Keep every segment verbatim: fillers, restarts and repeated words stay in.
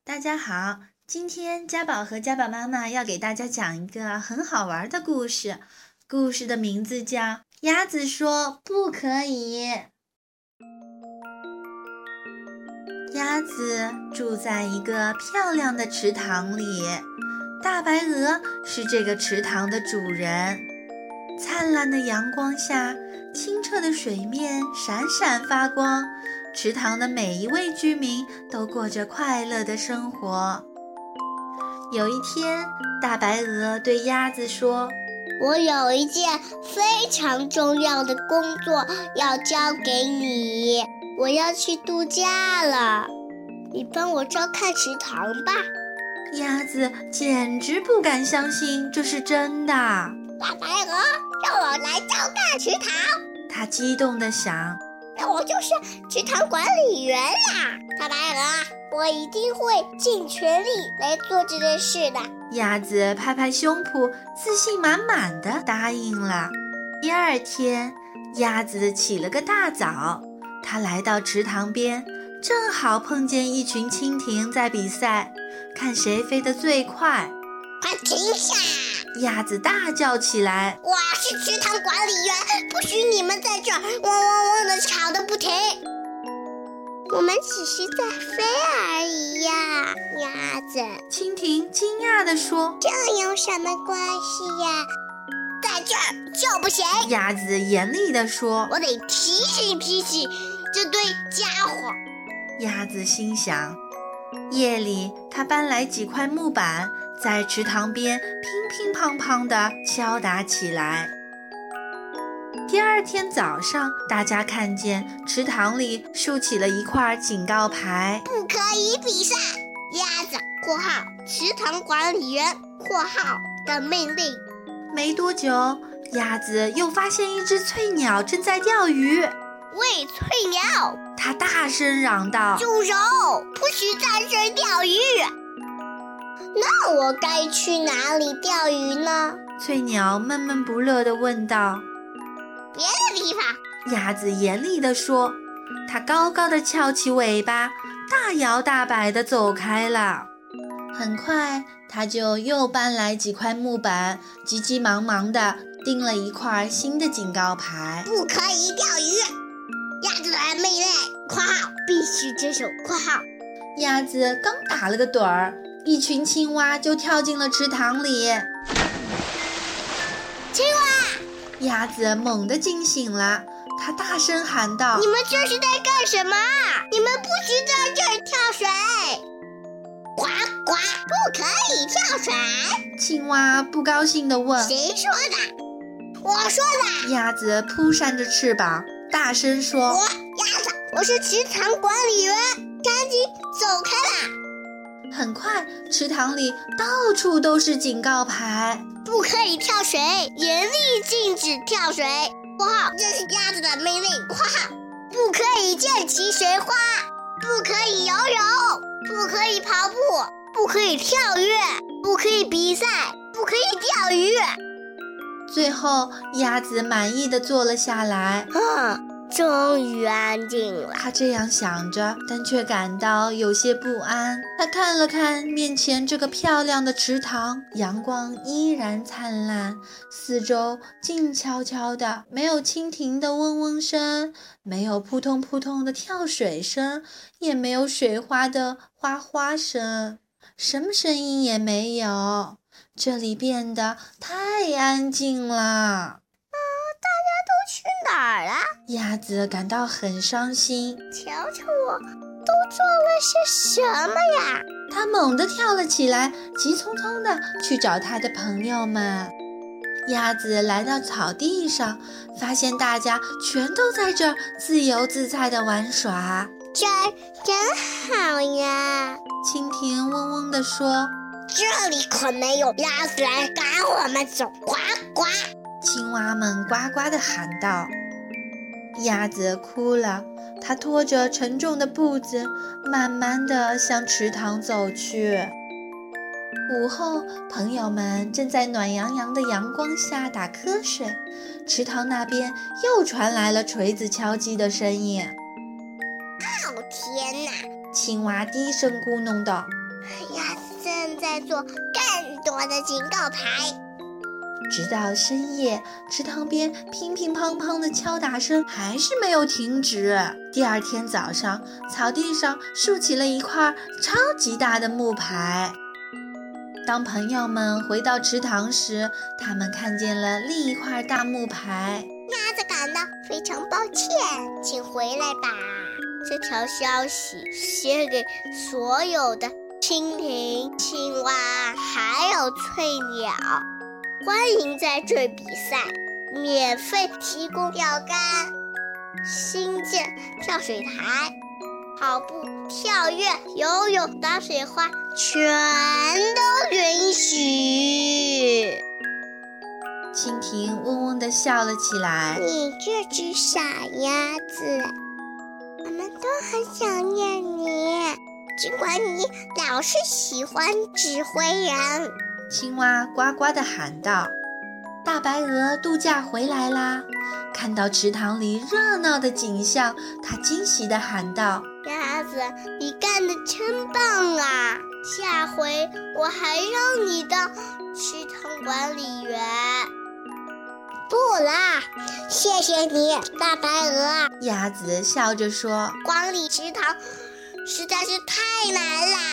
大家好，今天家宝和家宝妈妈要给大家讲一个很好玩的故事，故事的名字叫《鸭子说不可以》。鸭子住在一个漂亮的池塘里，大白鹅是这个池塘的主人。灿烂的阳光下，清澈的水面闪闪发光，池塘的每一位居民都过着快乐的生活。有一天，大白鹅对鸭子说： 我有一件非常重要的工作要交给你，我要去度假了，你帮我照看池塘吧。 鸭子简直不敢相信这是真的。 大白鹅，让我来照看池塘。 它激动地想， 那我就是池塘管理员啦。大白鹅，我一定会尽全力来做这件事的。 鸭子拍拍胸脯，自信满满地答应了。第二天，鸭子起了个大早，它来到池塘边，正好碰见一群蜻蜓在比赛，看谁飞得最快。 快停下！ 鸭子大叫起来， 我是池塘管理员，不许你们在这儿汪汪汪地吵得不停。我们只是在飞而已呀，鸭子。 蜻蜓惊讶地说， 这有什么关系呀？在这儿就不行。 鸭子严厉地说， 我得提醒提醒这堆家伙。 鸭子心想，夜里他搬来几块木板，在池塘边乒乒乓乓地敲打起来。第二天早上，大家看见池塘里竖起了一块警告牌， 不可以比赛。鸭子（括号池塘管理员括号的命令）。 没多久，鸭子又发现一只翠鸟正在钓鱼。 喂，翠鸟！ 它大声嚷道： 住手！不许在这儿钓鱼！那我该去哪里钓鱼呢？ 翠鸟闷闷不乐地问道。 别的地方。 鸭子严厉地说，它高高地翘起尾巴，大摇大摆地走开了。很快，它就又搬来几块木板，急急忙忙地钉了一块新的警告牌， 不可以钓鱼。鸭子的命令（括号必须遵守括号）。 鸭子刚打了个盹儿，一群青蛙就跳进了池塘里。 青蛙！ 鸭子猛地惊醒了，它大声喊道： 你们这是在干什么？你们不许在这儿跳水！呱呱，不可以跳水！ 青蛙不高兴地问： 谁说的？我说的！ 鸭子扑扇着翅膀，大声说： 我鸭子，我是池塘管理员，赶紧走开啦！ 很快，池塘里到处都是警告牌， 不可以跳水，严厉禁止跳水。括号这是鸭子的命令。括号不可以溅起水花，不可以游泳，不可以跑步，不可以跳跃，不可以比赛，不可以钓鱼。 最后，鸭子满意地坐了下来。 啊，终于安静了。 他这样想着，但却感到有些不安。他看了看面前这个漂亮的池塘，阳光依然灿烂，四周静悄悄的，没有蜻蜓的嗡嗡声，没有扑通扑通的跳水声，也没有水花的哗哗声，什么声音也没有。这里变得太安静了。 啊，大家都去哪儿了？ 鸭子感到很伤心。 瞧瞧我都做了些什么呀？ 它猛地跳了起来，急匆匆地去找它的朋友们。鸭子来到草地上，发现大家全都在这儿自由自在地玩耍。 这儿真好呀！ 蜻蜓嗡嗡地说， 这里可没有鸭子来赶我们走！呱呱！ 青蛙们呱呱地喊道。鸭子哭了，它拖着沉重的步子，慢慢地向池塘走去。午后，朋友们正在暖洋洋的阳光下打瞌睡，池塘那边又传来了锤子敲击的声音。 哦天哪！ 青蛙低声咕哝道： 鸭子正在做更多的警告牌。 直到深夜，池塘边乒乒乓乓的敲打声还是没有停止。第二天早上，草地上竖起了一块超级大的木牌。当朋友们回到池塘时，他们看见了另一块大木牌。 鸭子感到非常抱歉，请回来吧。这条消息写给所有的蜻蜓、青蛙还有翠鸟，欢迎在这比赛，免费提供钓竿，新建跳水台，跑步、跳跃、游泳、打水花，全都允许。 蜻蜓嗡嗡地笑了起来。 你这只傻鸭子，我们都很想念你，尽管你老是喜欢指挥人。 青蛙呱呱地喊道。大白鹅度假回来啦，看到池塘里热闹的景象，它惊喜地喊道： 鸭子，你干得真棒啊！下回我还让你当池塘管理员。不啦，谢谢你，大白鹅。 鸭子笑着说： 管理池塘实在是太难啦。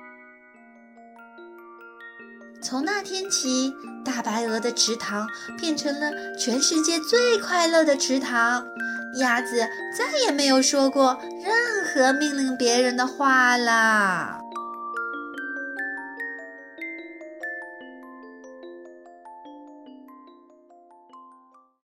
从那天起，大白鹅的池塘变成了全世界最快乐的池塘。鸭子再也没有说过任何命令别人的话啦。